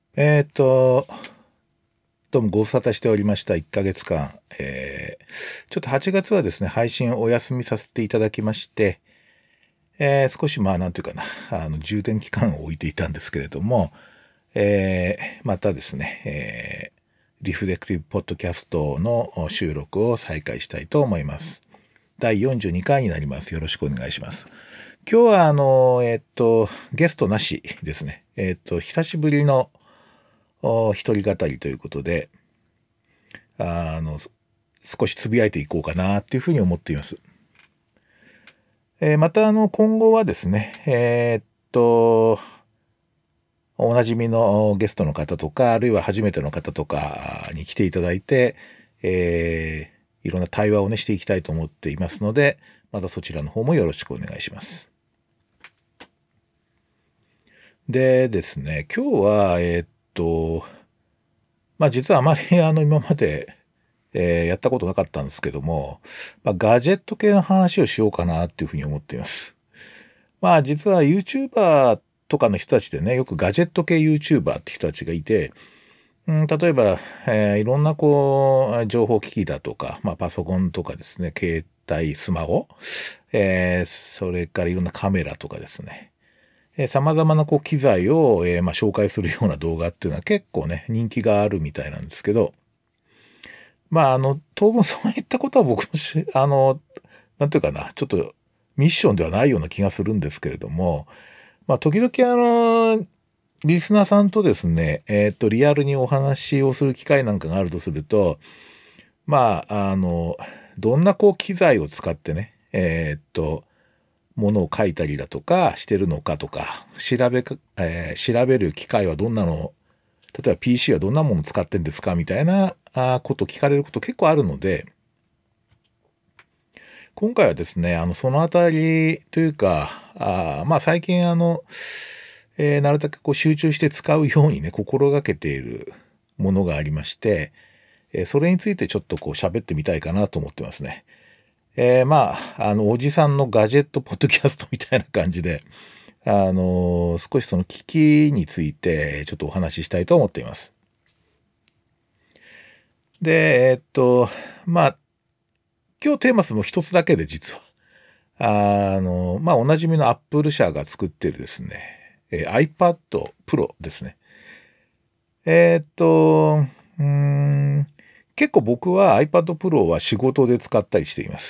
えっと、どうもご無沙汰しておりました1ヶ月間。ちょっと8月はですね、配信をお休みさせていただきまして、少しなんていうかな、充電期間を置いていたんですけれども、またですね、リフレクティブポッドキャストの収録を再開したいと思います。第42回になります。よろしくお願いします。今日はゲストなしですね。久しぶりの一人語りということで、あの、少しつぶやいていこうかなっていうふうに思っています。また今後はですね、おなじみのゲストの方とか、あるいは初めての方とかに来ていただいて、いろんな対話をね、していきたいと思っていますので、またそちらの方もよろしくお願いします。でですね、今日は、実はあまり今まで、やったことなかったんですけども、ガジェット系の話をしようかなっていうふうに思っています。実は YouTuber とかの人たちでね、よくガジェット系 YouTuber って人たちがいて、例えば、いろんな情報機器だとか、パソコンとかですね、携帯、スマホ、それからいろんなカメラとかですね、様々な機材を、紹介するような動画っていうのは結構ね、人気があるみたいなんですけど、当分そういったことは僕のなんていうかな、ちょっとミッションではないような気がするんですけれども、時々リスナーさんとですね、リアルにお話をする機会なんかがあるとすると、どんな機材を使ってね、ものを書いたりだとかしてるのかとか、調べる機械はどんなの、例えば PC はどんなものを使ってんですかみたいなこと聞かれること結構あるので、今回はですね、そのあたりというか、最近なるだけ集中して使うようにね、心がけているものがありまして、それについてちょっと喋ってみたいかなと思ってますね。おじさんのガジェットポッドキャストみたいな感じで、少しその機器についてちょっとお話ししたいと思っています。で、今日テーマも一つだけで実は。おなじみのアップル社が作っているですね、iPad Pro ですね。えーっと、うーん、結構僕は iPad Pro は仕事で使ったりしています。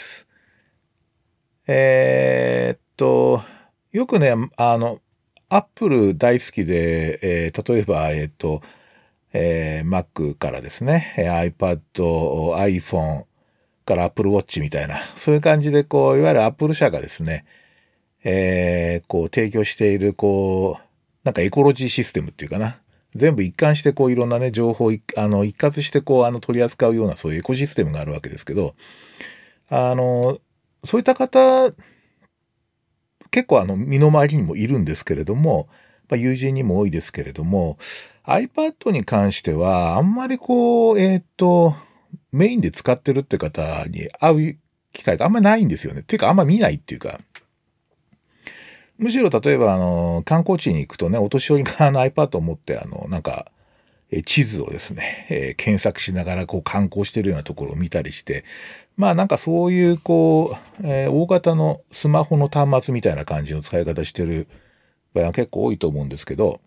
えーっと、よくね、アップル大好きで、例えば、Mac からですね、iPad、iPhone から Apple Watch みたいな、そういう感じで、いわゆる Apple 社がですね、提供している、なんかエコロジーシステムっていうかな。全部一貫して、いろんなね、情報を一括して、取り扱うような、そういうエコシステムがあるわけですけど、あの、そういった方、結構身の回りにもいるんですけれども、友人にも多いですけれども、iPad に関しては、あんまりメインで使ってるって方に会う機会があんまりないんですよね。っていうか、あんま見ないっていうか、むしろ例えば観光地に行くとね、お年寄りがiPad を持ってなんか、地図をですね、検索しながら観光してるようなところを見たりして、なんかそういう大型のスマホの端末みたいな感じの使い方してる場合は結構多いと思うんですけど、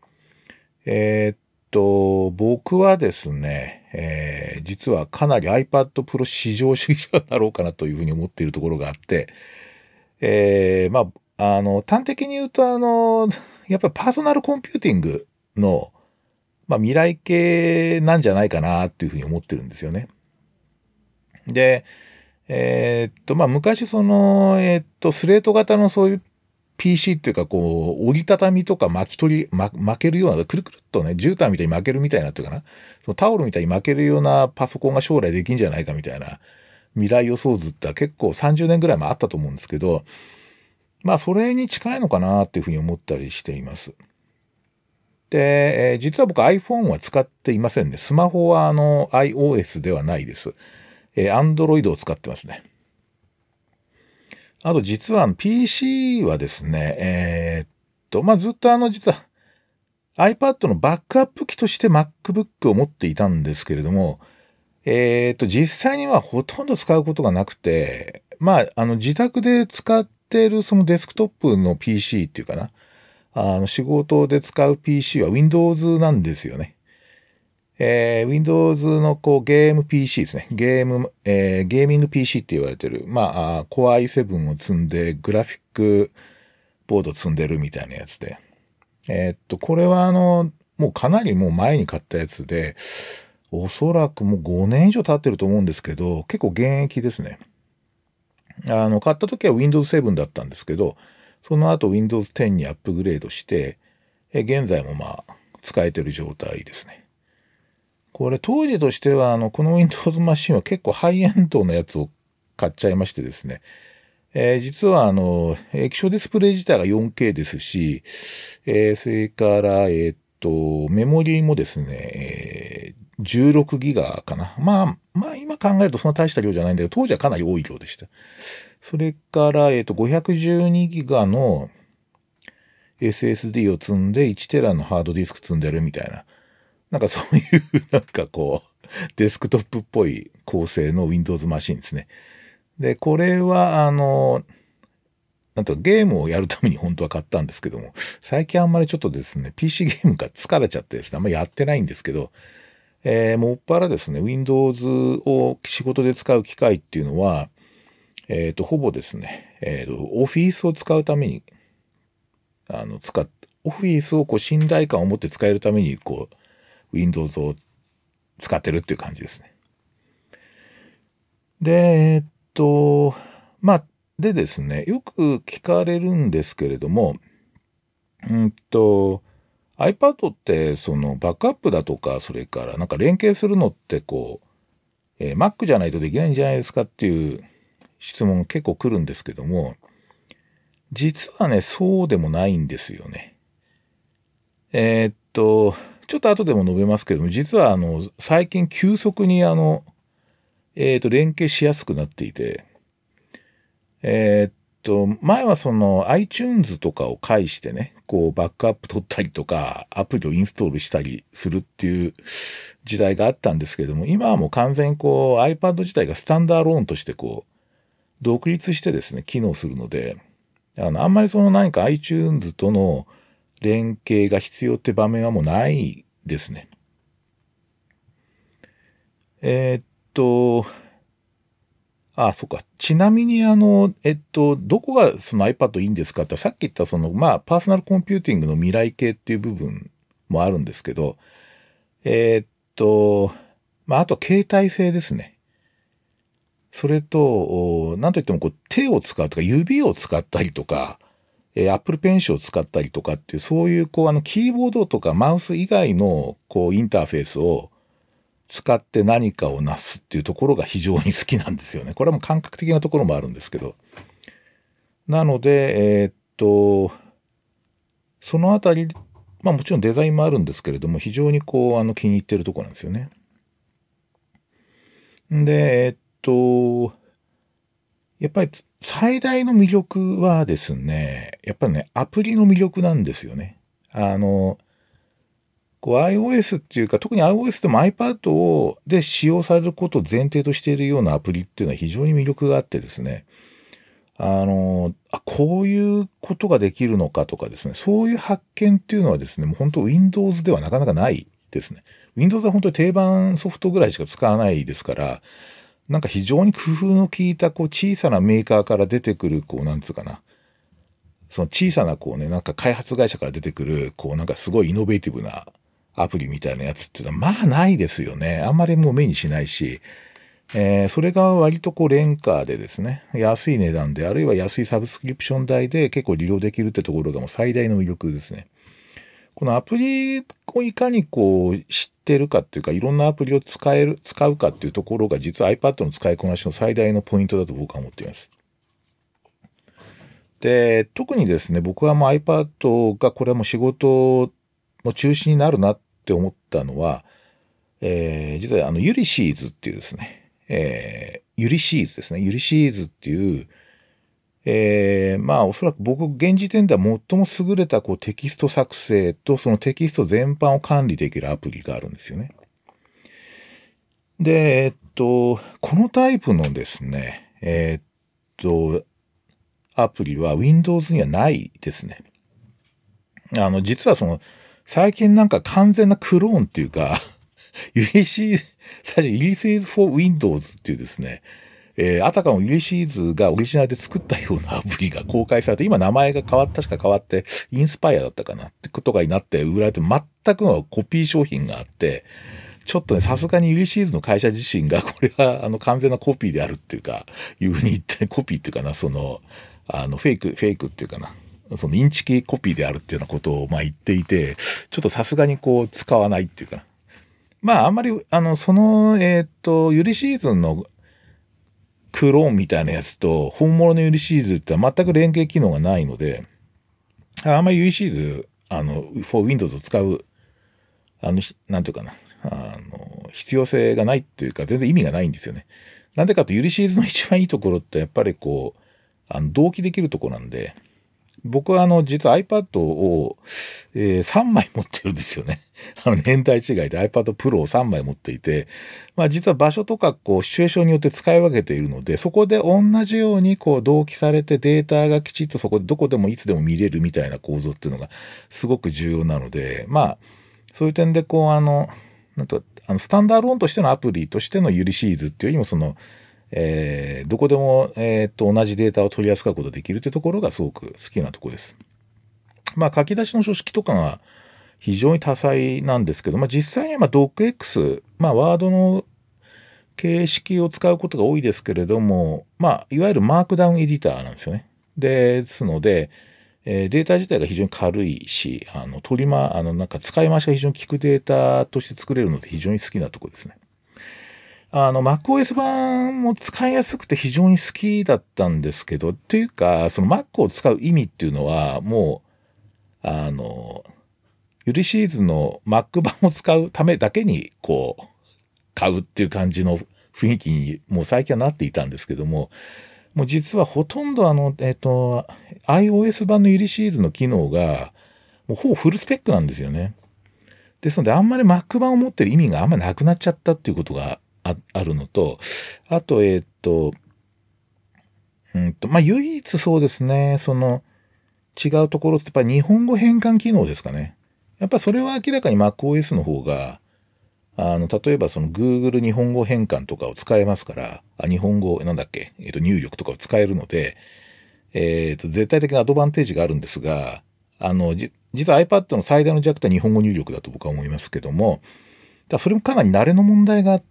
僕はですね、実はかなり iPad Pro 至上主義者だろうかなというふうに思っているところがあって、端的に言うとやっぱりパーソナルコンピューティングの、未来系なんじゃないかなっていうふうに思ってるんですよね。で、昔スレート型のそういう PC っていうか、折りたたみとか巻けるような、くるくるっとね、絨毯みたいに巻けるみたいなっていうかな、そのタオルみたいに巻けるようなパソコンが将来できんじゃないかみたいな未来予想図って結構30年ぐらい前あったと思うんですけど、それに近いのかなっていうふうに思ったりしています。で、実は僕 iPhone は使っていませんね。スマホはiOS ではないです。Android を使ってますね。あと実はPC はですね、ずっと実は iPad のバックアップ機として MacBook を持っていたんですけれども、実際にはほとんど使うことがなくて、自宅で使っているそのデスクトップの PC っていうかな、仕事で使う PC は Windows なんですよね。Windows のゲーム PC ですね。ゲーミング PC って言われてる。Core i7 を積んで、グラフィックボード積んでるみたいなやつで。これはもうかなりもう前に買ったやつで、おそらくもう5年以上経ってると思うんですけど、結構現役ですね。買った時は Windows 7だったんですけど、その後 Windows 10にアップグレードして、現在も使えてる状態ですね。これ当時としては、この Windows マシンは結構ハイエンドのやつを買っちゃいましてですね。実は液晶ディスプレイ自体が 4K ですし、それから、メモリーもですね、16ギガかな。今考えるとそんな大した量じゃないんだけど、当時はかなり多い量でした。それから、512ギガの SSD を積んで1テラのハードディスク積んでるみたいな。なんかそういうデスクトップっぽい構成の Windows マシンですね。で、これはゲームをやるために本当は買ったんですけども、最近あんまりちょっとですね、PC ゲームが疲れちゃってですね、あんまりやってないんですけど、もっぱらですね、Windows を仕事で使う機会っていうのは、ほぼですね、Office を使うために、Office を信頼感を持って使えるために、Windows を使ってるっていう感じですね。で、でですね、よく聞かれるんですけれども、iPad ってそのバックアップだとか、それからなんか連携するのってMac じゃないとできないんじゃないですかっていう質問結構来るんですけども、実はね、そうでもないんですよね。ちょっと後でも述べますけども、実は最近急速に連携しやすくなっていて、前はその iTunes とかを介してね、バックアップ取ったりとか、アプリをインストールしたりするっていう時代があったんですけども、今はもう完全にiPad 自体がスタンダーローンとして独立してですね、機能するので、あんまりその何か iTunes との連携が必要って場面はもうないですね。そっか。ちなみにどこがその iPad いいんですかって、さっき言ったパーソナルコンピューティングの未来系っていう部分もあるんですけど、あと携帯性ですね。それと、なんといっても手を使うとか指を使ったりとか、Apple Pencil を使ったりとかっていう、そういうキーボードとかマウス以外のインターフェースを使って何かをなすっていうところが非常に好きなんですよね。これはもう感覚的なところもあるんですけど。なので、そのあたり、もちろんデザインもあるんですけれども、非常に気に入ってるところなんですよね。で、やっぱり最大の魅力はですね、やっぱりね、アプリの魅力なんですよね。iOS っていうか、特に iOS でも iPad で使用されることを前提としているようなアプリっていうのは非常に魅力があってですね、こういうことができるのかとかですね、そういう発見っていうのはですね、もう本当 Windows ではなかなかないですね。Windows は本当に定番ソフトぐらいしか使わないですから、なんか非常に工夫の効いた小さなメーカーから出てくる、なんつうかな、その小さななんか開発会社から出てくる、なんかすごいイノベーティブなアプリみたいなやつっていうのはないですよね。あんまりもう目にしないし、それが割とレンカーでですね、安い値段で、あるいは安いサブスクリプション代で結構利用できるってところがもう最大の魅力ですね。このアプリをいかに知ってるかっていうか、いろんなアプリを使うかっていうところが実は iPad の使いこなしの最大のポイントだと僕は思っています。で、特にですね、僕はもう iPad がこれはもう仕事の中心になるなって思ったのは、実はユリシーズっていうですね、ユリシーズですね。ユリシーズっていう、 まあおそらく僕現時点では最も優れたこうテキスト作成とそのテキスト全般を管理できるアプリがあるんですよね。で、このタイプのですね、アプリは Windows にはないですね。実は最近なんか完全なクローンっていうか、Ulysses for Windows っていうですね、あたかもUlyssesがオリジナルで作ったようなアプリが公開されて、今名前が確か変わって、インスパイアだったかなってことがになって売られて全くのコピー商品があって、ちょっとね、さすがにUlyssesの会社自身がこれは完全なコピーであるっていうか、いうふうに言って、コピーっていうかな、フェイクっていうかな。インチキコピーであるっていうようなことを言っていて、ちょっとさすがに使わないっていうかな。あんまり、ユリシーズンのクローンみたいなやつと、本物のユリシーズって全く連携機能がないので、あんまりユリシーズ、for Windows を使う、なんていうかな、必要性がないっていうか、全然意味がないんですよね。なんでかとユリシーズの一番いいところって、やっぱり同期できるところなんで、僕は実は iPad を、3枚持ってるんですよね。年代違いで iPad Pro を3枚持っていて、実は場所とかシチュエーションによって使い分けているので、そこで同じように同期されてデータがきちっとそこでどこでもいつでも見れるみたいな構造っていうのがすごく重要なので、そういう点でスタンダードローンとしてのアプリとしてのユリシーズっていうよりもどこでも、同じデータを取り扱うことができるというところがすごく好きなところです。書き出しの書式とかが非常に多彩なんですけど、実際にはDocX、ワードの形式を使うことが多いですけれども、いわゆるマークダウンエディターなんですよね。ですので、データ自体が非常に軽いし、使い回しが非常に効くデータとして作れるので非常に好きなところですね。MacOS 版も使いやすくて非常に好きだったんですけど、っていうか、Mac を使う意味っていうのは、もう、ユリシーズの Mac 版を使うためだけに、買うっていう感じの雰囲気に、もう最近はなっていたんですけども、もう実はほとんどiOS 版のユリシーズの機能が、もうほぼフルスペックなんですよね。ですので、あんまり Mac 版を持ってる意味があんまりなくなっちゃったっていうことがあるのと、あと、唯一そうですね、違うところってやっぱり日本語変換機能ですかね。やっぱりそれは明らかに MacOS の方が、例えばGoogle 日本語変換とかを使えますから、日本語、入力とかを使えるので、絶対的なアドバンテージがあるんですが、実は iPad の最大の弱点は日本語入力だと僕は思いますけども、それもかなり慣れの問題があって、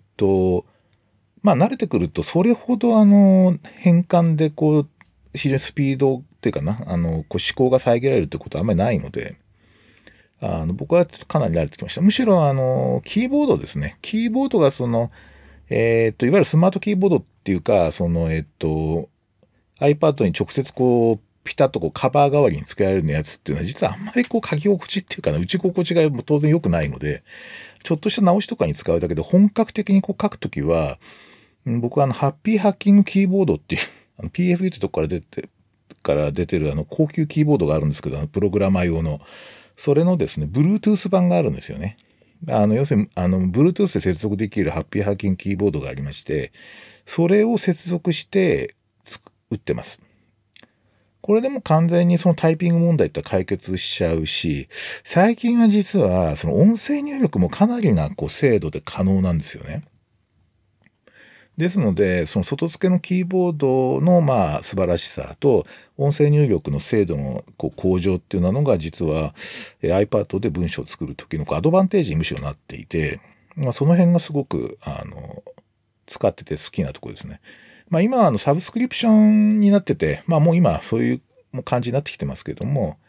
慣れてくると、それほど変換で非常にスピードっていうかな、思考が遮られるってことはあんまりないので、僕はかなり慣れてきました。むしろキーボードですね。キーボードがいわゆるスマートキーボードっていうか、iPad に直接ピタッとカバー代わりに付けられるやつっていうのは実はあんまり書き心地っていうかな、打ち心地が当然良くないので、ちょっとした直しとかに使うだけで本格的に書くときは、僕はハッピーハッキングキーボードっていう、PFU ってとこから出てる高級キーボードがあるんですけど、プログラマー用の、それのですね、Bluetooth 版があるんですよね。要するに、Bluetooth で接続できるハッピーハッキングキーボードがありまして、それを接続して打ってます。これでも完全にタイピング問題って解決しちゃうし、最近は実は音声入力もかなりな精度で可能なんですよね。ですので、外付けのキーボードの素晴らしさと、音声入力の精度の向上っていうのが実は iPad で文章を作るときのアドバンテージにむしろなっていて、その辺がすごく使ってて好きなところですね。今はサブスクリプションになってて、もう今そういう感じになってきてますけども、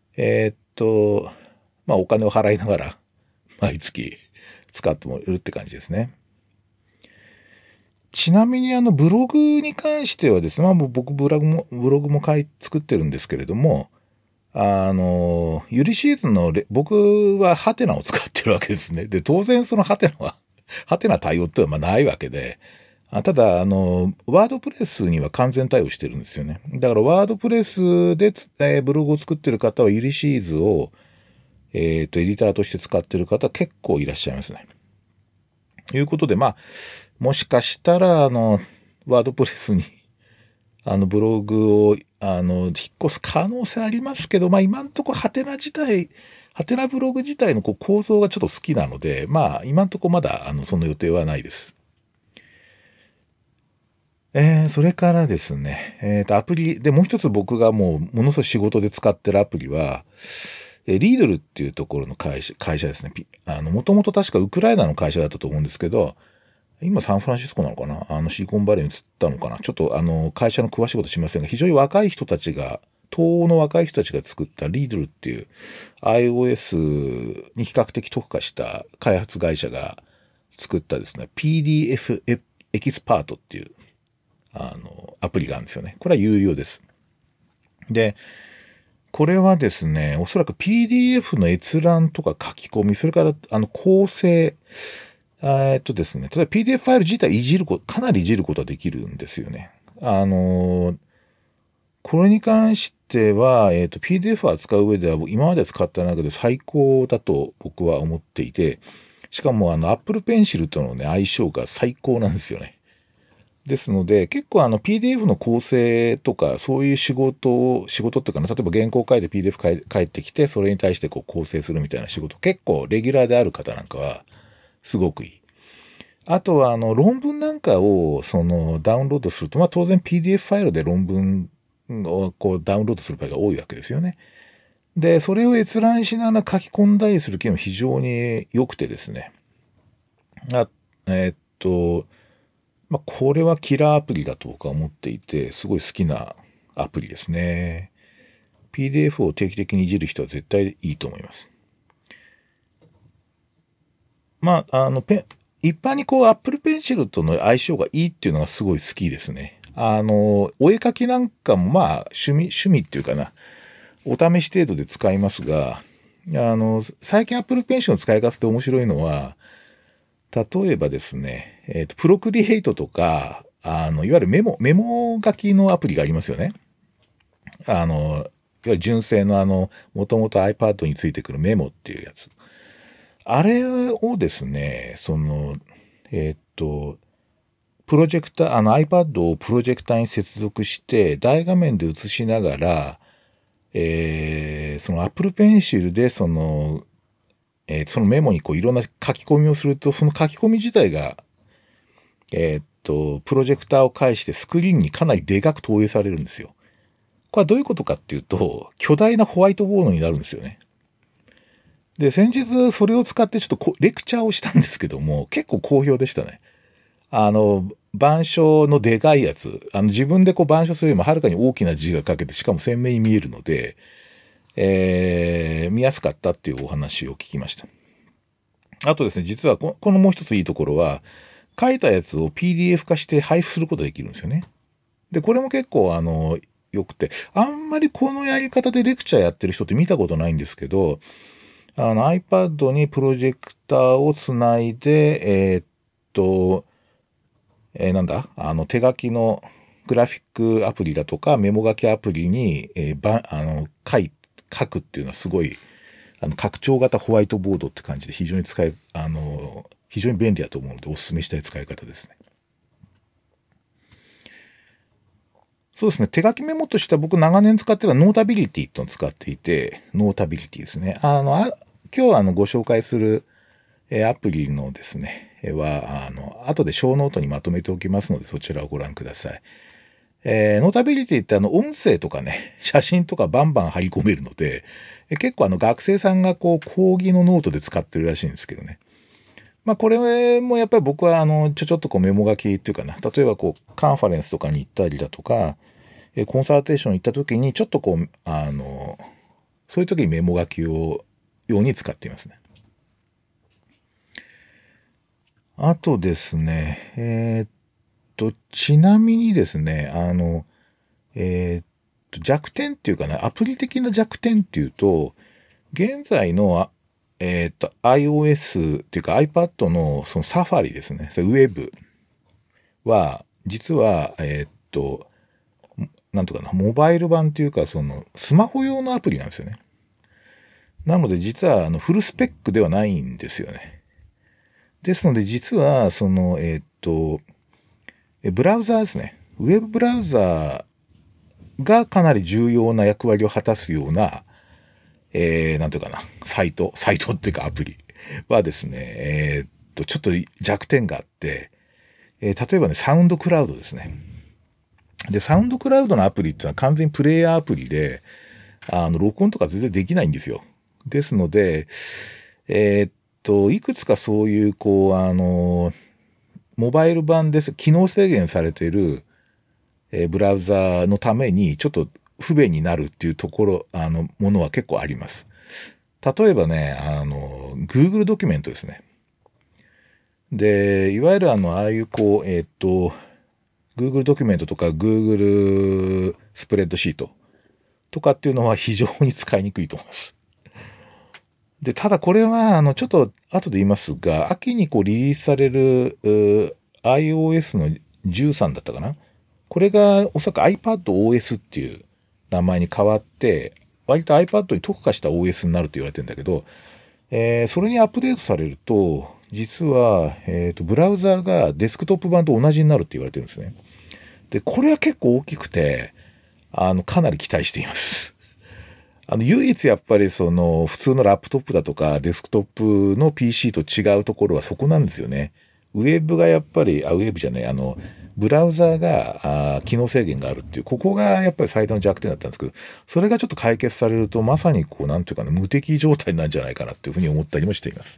お金を払いながら毎月使ってもらうって感じですね。ちなみにブログに関してはですね、僕ブログも作ってるんですけれども、ユリシーズの僕はハテナを使ってるわけですね。で、当然ハテナ対応っていうのはないわけで、 ただ、ワードプレスには完全対応してるんですよね。だから、ワードプレスで、ブログを作ってる方は、ユリシーズを、エディターとして使ってる方結構いらっしゃいますね。ということで、まあ、もしかしたら、ワードプレスに、ブログを、引っ越す可能性ありますけど、まあ、今んとこ、ハテナブログ自体の構造がちょっと好きなので、まあ、今んとこまだ、その予定はないです。それからですね、アプリ、で、もう一つ僕がもう、ものすごい仕事で使ってるアプリは、リードルっていうところの会社ですね。もともと確かウクライナの会社だったと思うんですけど、今サンフランシスコなのかなシリコンバレーに移ったのかなちょっと会社の詳しいことしませんが、非常に若い人たちが、東欧の若い人たちが作ったリードルっていう iOS に比較的特化した開発会社が作ったですね、PDF エキスパートっていうアプリがあるんですよね。これは有料です。で、これはですね、おそらく PDF の閲覧とか書き込み、それから構成、ですね、例えば PDF ファイル自体かなりいじることはできるんですよね。これに関しては、PDF を扱う上では今まで使った中で最高だと僕は思っていて、しかもApple Pencil とのね、相性が最高なんですよね。ですので、結構PDF の構成とか、そういう仕事っていうかな、例えば原稿書いて PDF 返ってきて、それに対して構成するみたいな仕事、結構レギュラーである方なんかは、すごくいい。あとは、論文なんかを、ダウンロードすると、まあ、当然 PDF ファイルで論文をダウンロードする場合が多いわけですよね。で、それを閲覧しながら書き込んだりする機能非常に良くてですね。まあ、これはキラーアプリだと僕は思っていて、すごい好きなアプリですね。PDF を定期的にいじる人は絶対いいと思います。まあ、一般にApple Pencil との相性がいいっていうのがすごい好きですね。お絵描きなんかもまあ、趣味っていうかな、お試し程度で使いますが、最近 Apple Pencil の使い方で面白いのは、例えばですね、プロクリエイトとか、いわゆるメモ書きのアプリがありますよね。いわゆる純正のもともと iPad についてくるメモっていうやつ。あれをですね、プロジェクター、iPad をプロジェクターに接続して、大画面で映しながら、その Apple Pencil でそのメモにいろんな書き込みをすると、その書き込み自体が、プロジェクターを介してスクリーンにかなりでかく投影されるんですよ。これはどういうことかっていうと、巨大なホワイトボードになるんですよね。で、先日それを使ってちょっとレクチャーをしたんですけども、結構好評でしたね。板書のでかいやつ、自分で板書するよりもはるかに大きな字が書けて、しかも鮮明に見えるので、見やすかったっていうお話を聞きました。あとですね、実はこのもう一ついいところは、書いたやつを PDF 化して配布することができるんですよね。で、これも結構良くて、あんまりこのやり方でレクチャーやってる人って見たことないんですけど、iPad にプロジェクターをつないで、手書きのグラフィックアプリだとかメモ書きアプリに、書くっていうのはすごい、拡張型ホワイトボードって感じで非常に非常に便利だと思うのでお勧めしたい使い方ですね。そうですね。手書きメモとしては僕長年使ってるのはノータビリティってのを使っていて、ノータビリティですね。今日ご紹介するアプリのですね、後で小ノートにまとめておきますので、そちらをご覧ください。ノータビリティって音声とかね、写真とかバンバン貼り込めるので、結構学生さんが講義のノートで使ってるらしいんですけどね。まあこれもやっぱり僕はちょっとメモ書きっていうかな、例えばカンファレンスとかに行ったりだとか、コンサルテーション行った時にちょっとそういう時にメモ書きを用に使っていますね。あとですね、ちなみにですね、弱点っていうかな、アプリ的な弱点っていうと、現在の、iOS っていうか iPad のそのサファリですね、ウェブ。 は、実は、なんとかな、モバイル版っていうか、スマホ用のアプリなんですよね。なので、実は、フルスペックではないんですよね。ですので、実は、ブラウザーですね。ウェブブラウザーがかなり重要な役割を果たすような、なんていうかな、サイトっていうかアプリはですね、ちょっと弱点があって、例えばね、サウンドクラウドですね。で、サウンドクラウドのアプリっていうのは完全にプレイヤーアプリで、録音とか全然できないんですよ。ですので、いくつかそういう、モバイル版です。機能制限されている、ブラウザのためにちょっと不便になるっていうところ、ものは結構あります。例えばね、Google ドキュメントですね。で、いわゆるああいうGoogle ドキュメントとか Google スプレッドシートとかっていうのは非常に使いにくいと思います。で、ただこれは、ちょっと後で言いますが、秋にリリースされる、iOS の13だったかな。これがおそらく iPadOS っていう名前に変わって、割と iPad に特化した OS になると言われてるんだけど、それにアップデートされると、実は、ブラウザーがデスクトップ版と同じになるって言われてるんですね。で、これは結構大きくて、かなり期待しています。唯一やっぱり普通のラップトップだとかデスクトップの PC と違うところはそこなんですよね。ウェブがやっぱり、ウェブじゃない、ブラウザーが、機能制限があるっていう、ここがやっぱり最大の弱点だったんですけど、それがちょっと解決されると、まさになんていうかね、無敵状態なんじゃないかなっていうふうに思ったりもしています。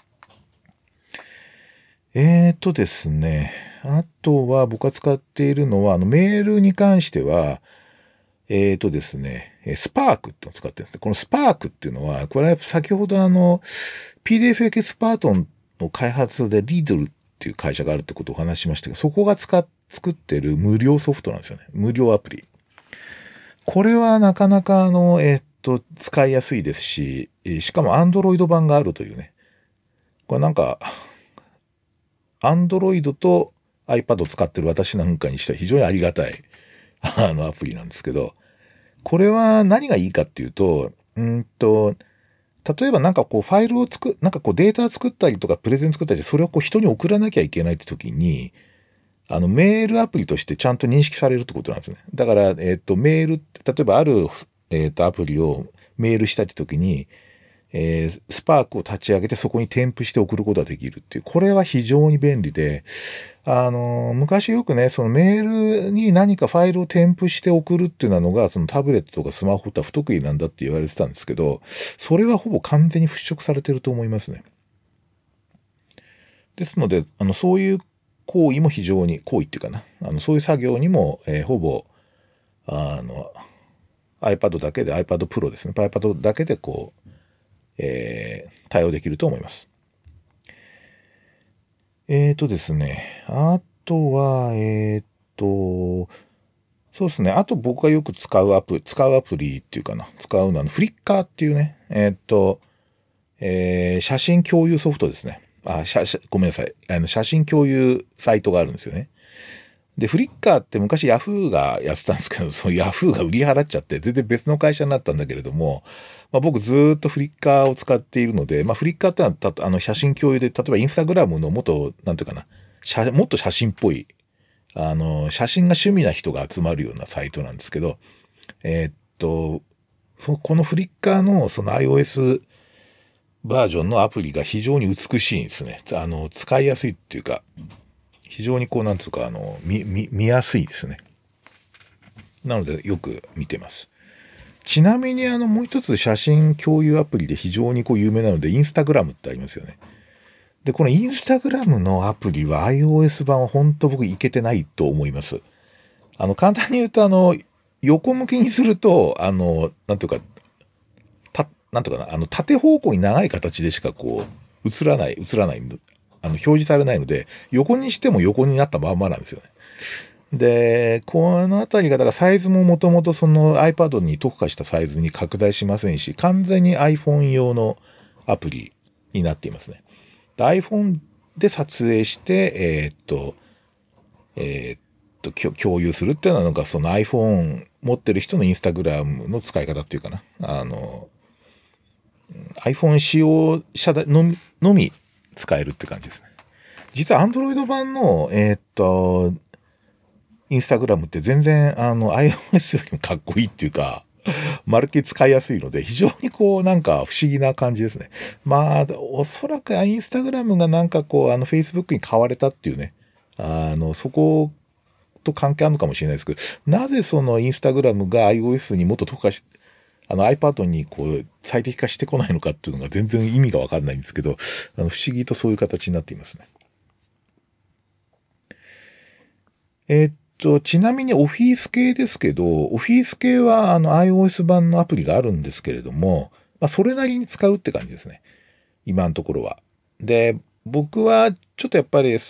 ですね。あとは僕が使っているのは、メールに関しては、ですね、スパークってのを使ってるんですね。このスパークっていうのは、これは先ほどPDF エキスパートの開発でリードルっていう会社があるってことをお話ししましたけど、そこが作ってる無料ソフトなんですよね。無料アプリ。これはなかなか使いやすいですし、しかも Android 版があるというね。これなんか、Android と iPad を使ってる私なんかにしては非常にありがたい、アプリなんですけど、これは何がいいかっていうと、例えばなんかファイルをなんかデータ作ったりとかプレゼン作ったりして、それを人に送らなきゃいけないって時に、メールアプリとしてちゃんと認識されるってことなんですね。だから、メール、例えばある、アプリをメールしたって時に、スパークを立ち上げてそこに添付して送ることができるっていう、これは非常に便利で、昔よくね、そのメールに何かファイルを添付して送るっていうのが、そのタブレットとかスマホとは不得意なんだって言われてたんですけど、それはほぼ完全に払拭されてると思いますね。ですので、そういう行為も非常に、行為っていうかな、そういう作業にも、ほぼ、iPad だけで、iPad Pro ですね。iPad だけで対応できると思います。ですね。あとは、そうですね。あと僕がよく使うアプリっていうかな。使うのはフリッカーっていうね。写真共有ソフトですね。ごめんなさい。写真共有サイトがあるんですよね。で、フリッカーって昔ヤフーがやってたんですけど、そのヤフーが売り払っちゃって、全然別の会社になったんだけれども、僕ずーっとフリッカーを使っているので、フリッカーってのは、写真共有で、例えばインスタグラムのなんていうかな、もっと写真っぽい、写真が趣味な人が集まるようなサイトなんですけど、このフリッカーのその iOS バージョンのアプリが非常に美しいんですね。使いやすいっていうか、非常になんつうか、見やすいですね。なので、よく見てます。ちなみにもう一つ写真共有アプリで非常に有名なので、インスタグラムってありますよね。で、このインスタグラムのアプリは iOS 版は本当僕いけてないと思います。簡単に言うと横向きにすると、なんていうか、なんとかな、縦方向に長い形でしか映らない、表示されないので、横にしても横になったまんまなんですよね。で、このあたりが、だからサイズももともとその iPad に特化したサイズに拡大しませんし、完全に iPhone 用のアプリになっていますね。で iPhone で撮影して、 共有するっていうのはなんかその iPhone 持ってる人のインスタグラムの使い方っていうかな。iPhone 使用者のみ使えるって感じですね。実は Android 版の、インスタグラムって全然iOS よりもかっこいいっていうか、まるっきり使いやすいので、非常にこうなんか不思議な感じですね。まあ、おそらくインスタグラムがなんかこうFacebook に買われたっていうね、そこと関係あるのかもしれないですけど、なぜそのインスタグラムが iOS にもっと特化し、iPad にこう最適化してこないのかっていうのが全然意味がわかんないんですけど、不思議とそういう形になっていますね。ちなみにオフィス系ですけど、オフィス系はiOS 版のアプリがあるんですけれども、まあ、それなりに使うって感じですね。今のところは。で、僕はちょっとやっぱり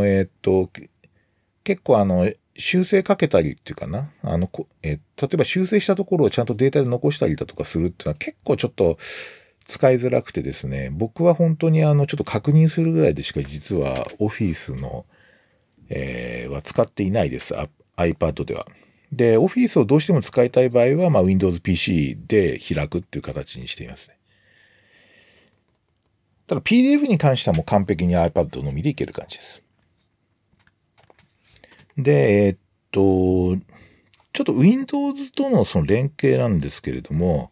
結構修正かけたりっていうかな。例えば修正したところをちゃんとデータで残したりだとかするっていうのは結構ちょっと使いづらくてですね、僕は本当にちょっと確認するぐらいでしか実はオフィスのは使っていないです。iPad では。で、Office をどうしても使いたい場合は、まあ、Windows PC で開くっていう形にしていますね。ただ PDF に関してはもう完璧に iPad のみでいける感じです。で、ちょっと Windows とのその連携なんですけれども、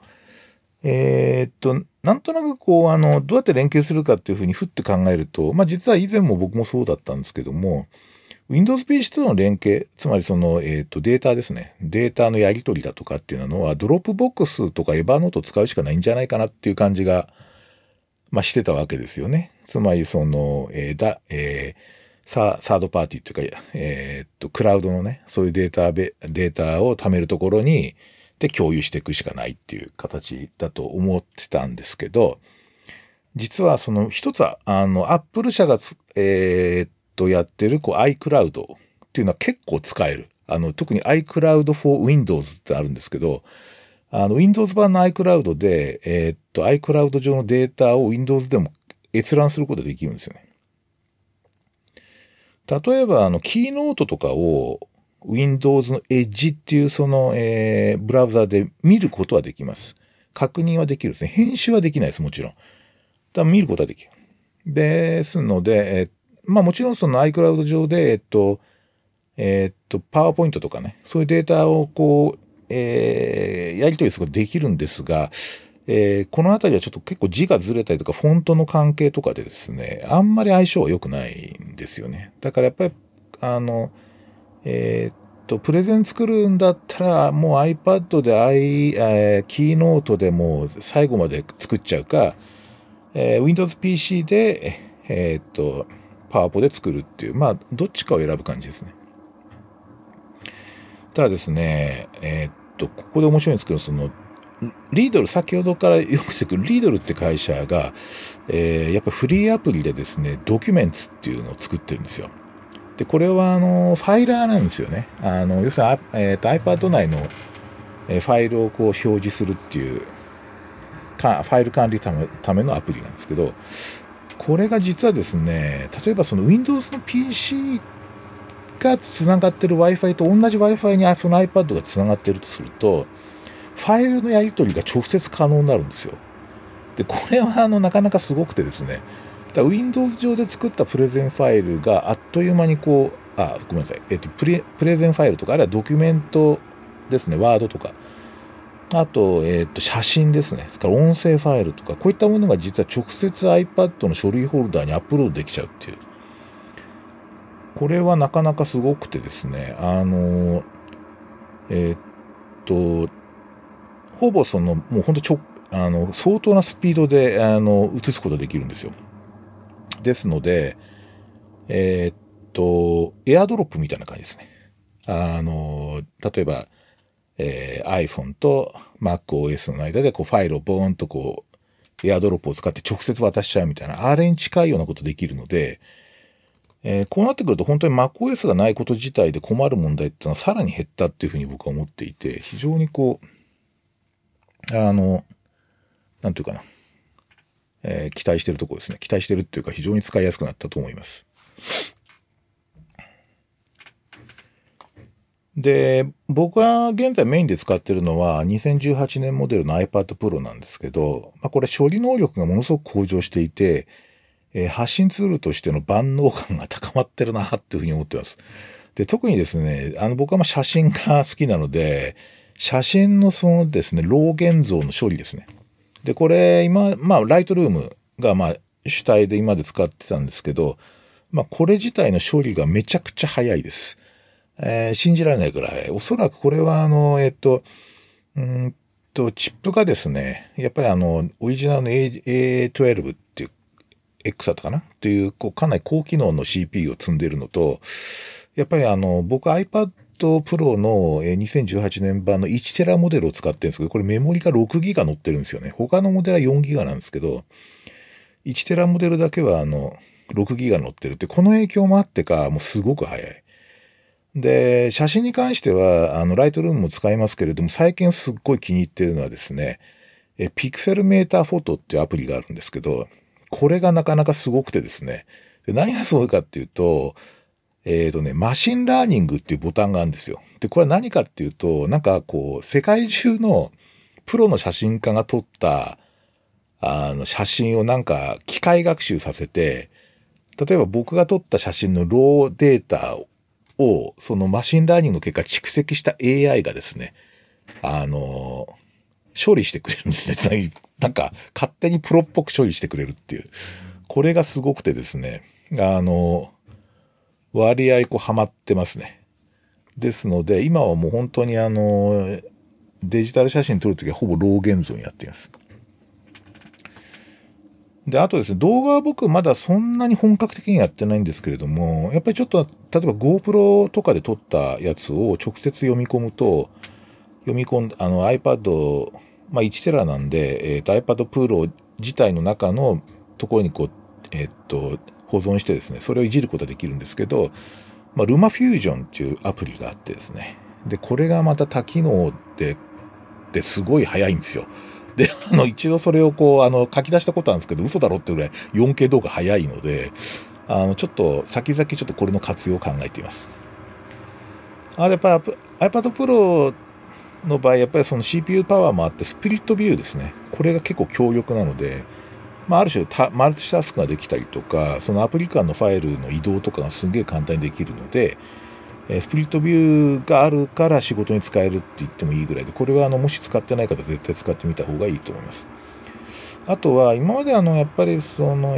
なんとなくこう、どうやって連携するかっていうふうにふって考えると、まあ実は以前も僕もそうだったんですけども、Windows PC との連携、つまりその、データですね。データのやり取りだとかっていうのは、ドロップボックスとかエバーノートを使うしかないんじゃないかなっていう感じが、まあしてたわけですよね。つまりその、サードパーティーっていうか、クラウドのね、そういうデータを貯めるところに、で共有していくしかないっていう形だと思ってたんですけど、実はその一つは、アップル社がやってる、こう、iCloud っていうのは結構使える。特に iCloud for Windows ってあるんですけど、Windows 版の iCloud で、iCloud 上のデータを Windows でも閲覧することができるんですよね。例えば、キーノートとかを Windows の Edge っていうその、ブラウザで見ることはできます。確認はできるですね。編集はできないです、もちろん。だ見ることはできる。ですので、まあもちろんその iCloud 上で、パワーポイントとかね、そういうデータをこう、やり取りすることができるんですが、このあたりはちょっと結構字がずれたりとか、フォントの関係とかでですね、あんまり相性は良くないんですよね。だからやっぱり、プレゼン作るんだったら、もう iPad でキーノートでもう最後まで作っちゃうか、Windows PC で、パワポで作るっていう、まあ、どっちかを選ぶ感じですね。ただですね、ここで面白いんですけど、その、リードル、先ほどからよく出てくるリードルって会社が、やっぱフリーアプリでですね、ドキュメンツっていうのを作ってるんですよ。で、これはファイラーなんですよね。要するに、iPad 内の、ファイルをこう表示するっていう、ファイル管理ためのアプリなんですけど、これが実はですね、例えばその Windows の PC が繋がってる Wi-Fi と同じ Wi-Fi にその iPad が繋がってるとすると、ファイルのやり取りが直接可能になるんですよ。で、これはなかなかすごくてですね、Windows 上で作ったプレゼンファイルがあっという間にこう、ごめんなさい、プレゼンファイルとか、あるいはドキュメントですね、ワードとか、あと、写真ですね。それから音声ファイルとか、こういったものが実は直接 iPad の書類ホルダーにアップロードできちゃうっていう。これはなかなかすごくてですね、えーっと、ほぼその、もう本当相当なスピードで、移すことができるんですよ。ですので、エアドロップみたいな感じですね。例えば、iPhone と MacOS の間でこうファイルをボーンとこう、エアドロップを使って直接渡しちゃうみたいな、あれに近いようなことできるので、こうなってくると本当に MacOS がないこと自体で困る問題っていうのはさらに減ったっていうふうに僕は思っていて、非常にこう、なんていうかな、期待してるところですね。期待してるっていうか非常に使いやすくなったと思います。 で、僕が現在メインで使ってるのは2018年モデルの iPad Pro なんですけど、これ処理能力がものすごく向上していて、発信ツールとしての万能感が高まってるなっていうふうに思ってます。で、特にですね、僕は写真が好きなので、写真のそのですね、ロー現像の処理ですね。で、これ今、ライトルームが主体で今まで使ってたんですけど、これ自体の処理がめちゃくちゃ早いです。信じられないくらい。おそらくこれはチップがですね、やっぱりオリジナルの A12 っていう、X だったかなっていう、かなり高機能の CPU を積んでいるのと、やっぱり僕 iPad Pro の2018年版の1テラモデルを使ってるんですけど、これメモリが6ギガ乗ってるんですよね。他のモデルは4ギガなんですけど、1テラモデルだけは6ギガ乗ってるって、この影響もあってか、もうすごく早い。で、写真に関しては、ライトルームも使いますけれども、最近すっごい気に入っているのはですね、ピクセルメーターフォトっていうアプリがあるんですけど、これがなかなかすごくてですね、で何がすごいかっていうと、マシンラーニングっていうボタンがあるんですよ。で、これは何かっていうと、世界中のプロの写真家が撮った、写真を機械学習させて、例えば僕が撮った写真のローデータを、そのマシンラーニングの結果蓄積した AI がですね、処理してくれるんですね。勝手にプロっぽく処理してくれるっていう。これがすごくてですね、割合ハマってますね。ですので、今はもう本当にデジタル写真撮るときはほぼロー現像にやっています。で、あとですね、動画は僕まだそんなに本格的にやってないんですけれども、やっぱりちょっと、例えば GoPro とかで撮ったやつを直接読み込むと、iPad、1テラなんで、iPad Pro 自体の中のところに保存してですね、それをいじることができるんですけど、LumaFusion っていうアプリがあってですね。で、これがまた多機能ですごい早いんですよ。で、一度それを書き出したことあるんですけど、嘘だろってぐらい 4K 動画早いので、ちょっと、先々ちょっとこれの活用を考えています。やっぱり iPad Pro の場合、やっぱりその CPU パワーもあって、スプリットビューですね。これが結構強力なので、ある種マルチタスクができたりとか、そのアプリ間のファイルの移動とかがすんげえ簡単にできるので、スプリットビューがあるから仕事に使えるって言ってもいいぐらいで、これはもし使ってない方は絶対使ってみた方がいいと思います。あとは、今までやっぱり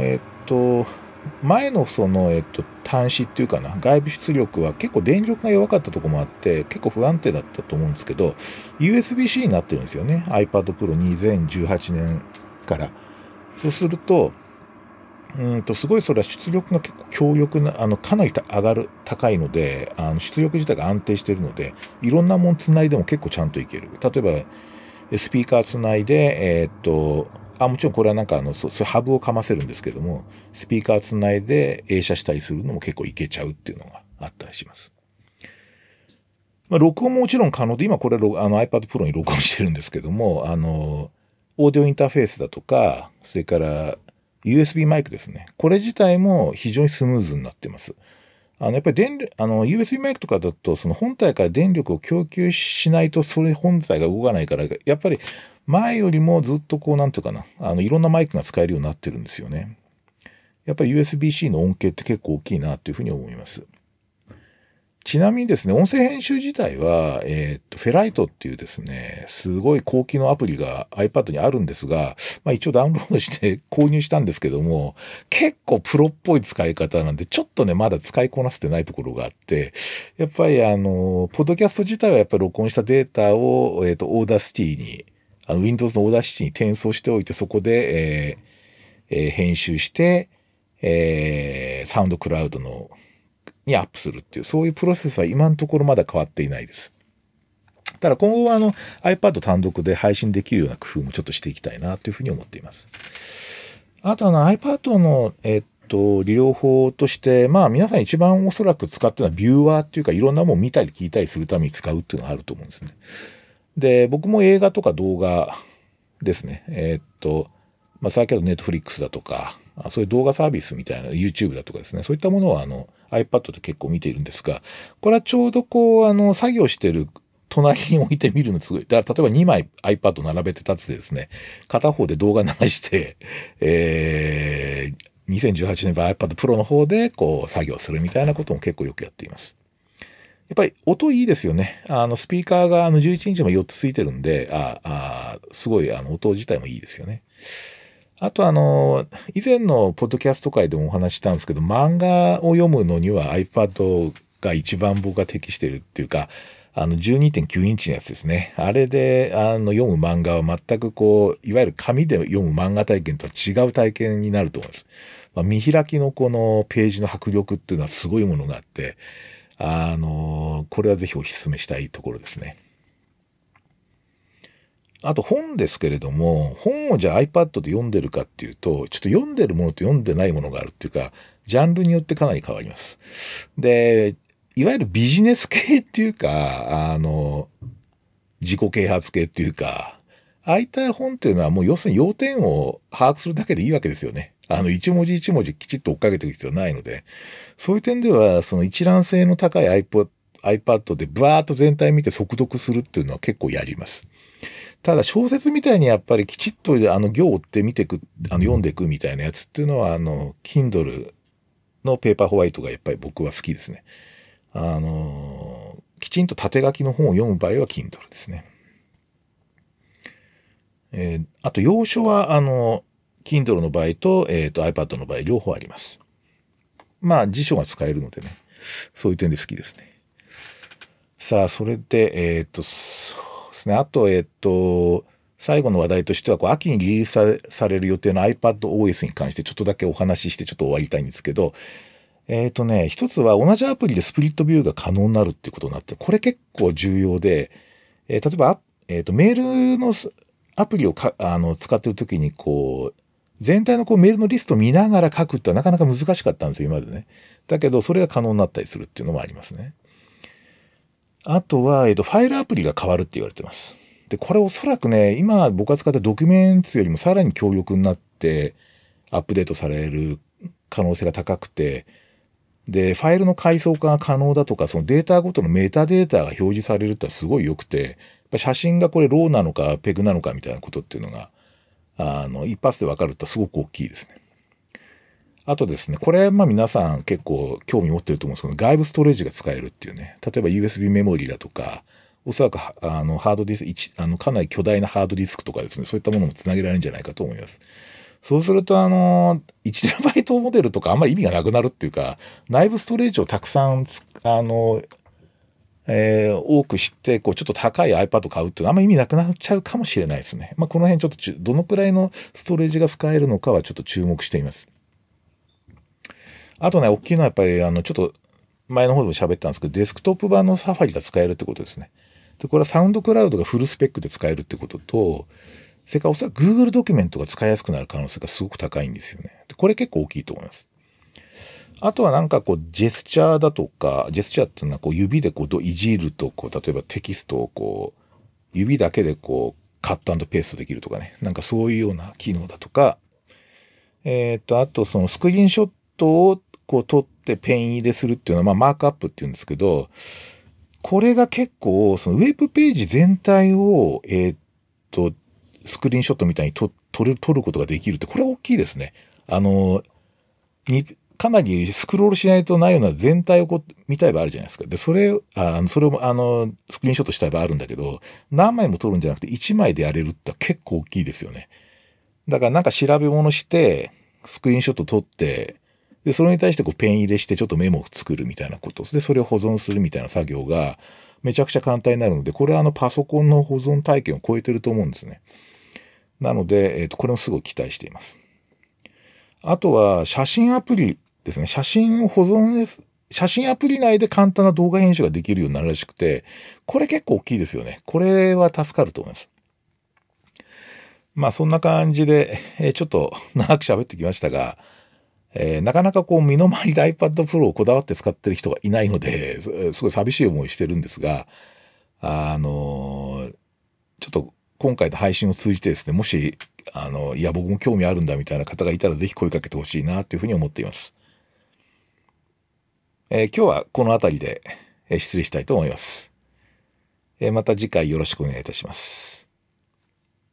前の端子っていうかな、外部出力は結構電力が弱かったところもあって、結構不安定だったと思うんですけど、USB-C になってるんですよね。iPad Pro 2018年から。そうすると、すごいそれは出力が結構強力な、かなり高いので、出力自体が安定しているので、いろんなもん繋いでも結構ちゃんといける。例えば、スピーカー繋いで、もちろんこれはそういうハブをかませるんですけども、スピーカー繋いで映写したりするのも結構いけちゃうっていうのがあったりします。録音ももちろん可能で、今これiPad Pro に録音してるんですけども、オーディオインターフェースだとか、それから USB マイクですね。これ自体も非常にスムーズになってます。やっぱりUSB マイクとかだと、その本体から電力を供給しないと、それ本体が動かないから、やっぱり前よりもずっとなんていうかな、いろんなマイクが使えるようになってるんですよね。やっぱり USB-C の恩恵って結構大きいなっていうふうに思います。ちなみにですね、音声編集自体は、フェライトっていうですね、すごい高機能アプリが iPad にあるんですが、一応ダウンロードして購入したんですけども、結構プロっぽい使い方なんで、ちょっとね、まだ使いこなせてないところがあって、やっぱりポッドキャスト自体はやっぱり録音したデータを、オーダーシティに、Windows のオーダーシティに転送しておいて、そこで、編集して、サウンドクラウドにアップするっていう、そういうプロセスは今のところまだ変わっていないです。ただ今後はiPad 単独で配信できるような工夫もちょっとしていきたいなというふうに思っています。あとiPad の、利用法として、皆さん一番おそらく使ってるのはビューワーっていうかいろんなものを見たり聞いたりするために使うっていうのがあると思うんですね。で、僕も映画とか動画ですね。先ほど Netflix だとか、 そういう動画サービスみたいな YouTube だとかですね、そういったものをiPad で結構見ているんですが、これはちょうど作業してる隣に置いてみるのすごい。だから例えば2枚 iPad 並べて立ててですね、片方で動画流して、2018年版 iPad Pro の方で作業するみたいなことも結構よくやっています。やっぱり音いいですよね。スピーカーが11インチも4つついてるんで、すごい音自体もいいですよね。あと以前のポッドキャスト会でもお話ししたんですけど、漫画を読むのには iPad が一番僕が適してるっていうか、12.9 インチのやつですね。あれで、読む漫画は全くいわゆる紙で読む漫画体験とは違う体験になると思います。見開きのこのページの迫力っていうのはすごいものがあって、これはぜひお勧めしたいところですね。あと本ですけれども、本をじゃあ iPad で読んでるかっていうと、ちょっと読んでるものと読んでないものがあるっていうか、ジャンルによってかなり変わります。で、いわゆるビジネス系っていうか、自己啓発系っていうか、ああいった本っていうのはもう要するに要点を把握するだけでいいわけですよね。一文字一文字きちっと追っかけていく必要はないので、そういう点では、その一覧性の高い iPad でブワーッと全体見て速読するっていうのは結構やります。ただ小説みたいにやっぱりきちっと行を追って見ていく、読んでいくみたいなやつっていうのは、Kindle のペーパーホワイトがやっぱり僕は好きですね。きちんと縦書きの本を読む場合は Kindle ですね。あと要所はKindle の場合と、iPad の場合両方あります。まあ辞書が使えるのでね、そういう点で好きですね。さあ、それで、そうですね。あと、最後の話題としては、秋にリリースされる予定の iPadOS に関してちょっとだけお話ししてちょっと終わりたいんですけど、一つは同じアプリでスプリットビューが可能になるっていうことになって、これ結構重要で、例えば、メールのアプリを使ってるときに、全体のメールのリストを見ながら書くってのはなかなか難しかったんですよ、今までね。だけど、それが可能になったりするっていうのもありますね。あとは、ファイルアプリが変わるって言われてます。で、これおそらくね、今僕が使ったドキュメンツよりもさらに強力になって、アップデートされる可能性が高くて、で、ファイルの階層化が可能だとか、そのデータごとのメタデータが表示されるってすごい良くて、やっぱ写真がこれローなのかペグなのかみたいなことっていうのが、一発でわかるってすごく大きいですね。あとですね、これ、皆さん結構興味持ってると思うんですけど、外部ストレージが使えるっていうね、例えば USB メモリーだとか、おそらく、ハードディスク、かなり巨大なハードディスクとかですね、そういったものもつなげられるんじゃないかと思います。そうすると、1TB モデルとかあんまり意味がなくなるっていうか、内部ストレージをたくさん、多く知って、ちょっと高い iPad 買うっていうのはあんまり意味なくなっちゃうかもしれないですね。この辺ちょっとどのくらいのストレージが使えるのかはちょっと注目しています。あとね、大きいのはやっぱり、ちょっと前の方でも喋ったんですけど、デスクトップ版のサファリが使えるってことですね。で、これはサウンドクラウドがフルスペックで使えるってことと、それからおそらく Google ドキュメントが使いやすくなる可能性がすごく高いんですよね。で、これ結構大きいと思います。あとはジェスチャーだとか、ジェスチャーっていうのは指でいじると、例えばテキストを指だけでカット&ペーストできるとかね。そういうような機能だとか、あとそのスクリーンショットを撮ってペン入れするっていうのは、マークアップっていうんですけど、これが結構、そのウェブページ全体を、スクリーンショットみたいに撮ることができるって、これ大きいですね。かなりスクロールしないとないような全体を見たい場合あるじゃないですか。で、それをスクリーンショットしたい場合あるんだけど、何枚も撮るんじゃなくて1枚でやれるって結構大きいですよね。だから調べ物して、スクリーンショット撮って、で、それに対してペン入れしてちょっとメモを作るみたいなこと。で、それを保存するみたいな作業がめちゃくちゃ簡単になるので、これはパソコンの保存体験を超えてると思うんですね。なので、これもすごい期待しています。あとは、写真アプリですね。写真アプリ内で簡単な動画編集ができるようになるらしくて、これ結構大きいですよね。これは助かると思います。そんな感じで、ちょっと長く喋ってきましたが、なかなか身の回りで iPad Pro をこだわって使ってる人がいないので、すごい寂しい思いしてるんですが、ちょっと今回の配信を通じてですね、もし、 いや、僕も興味あるんだみたいな方がいたらぜひ声かけてほしいなというふうに思っています。今日はこの辺りで失礼したいと思います。また次回よろしくお願いいたします。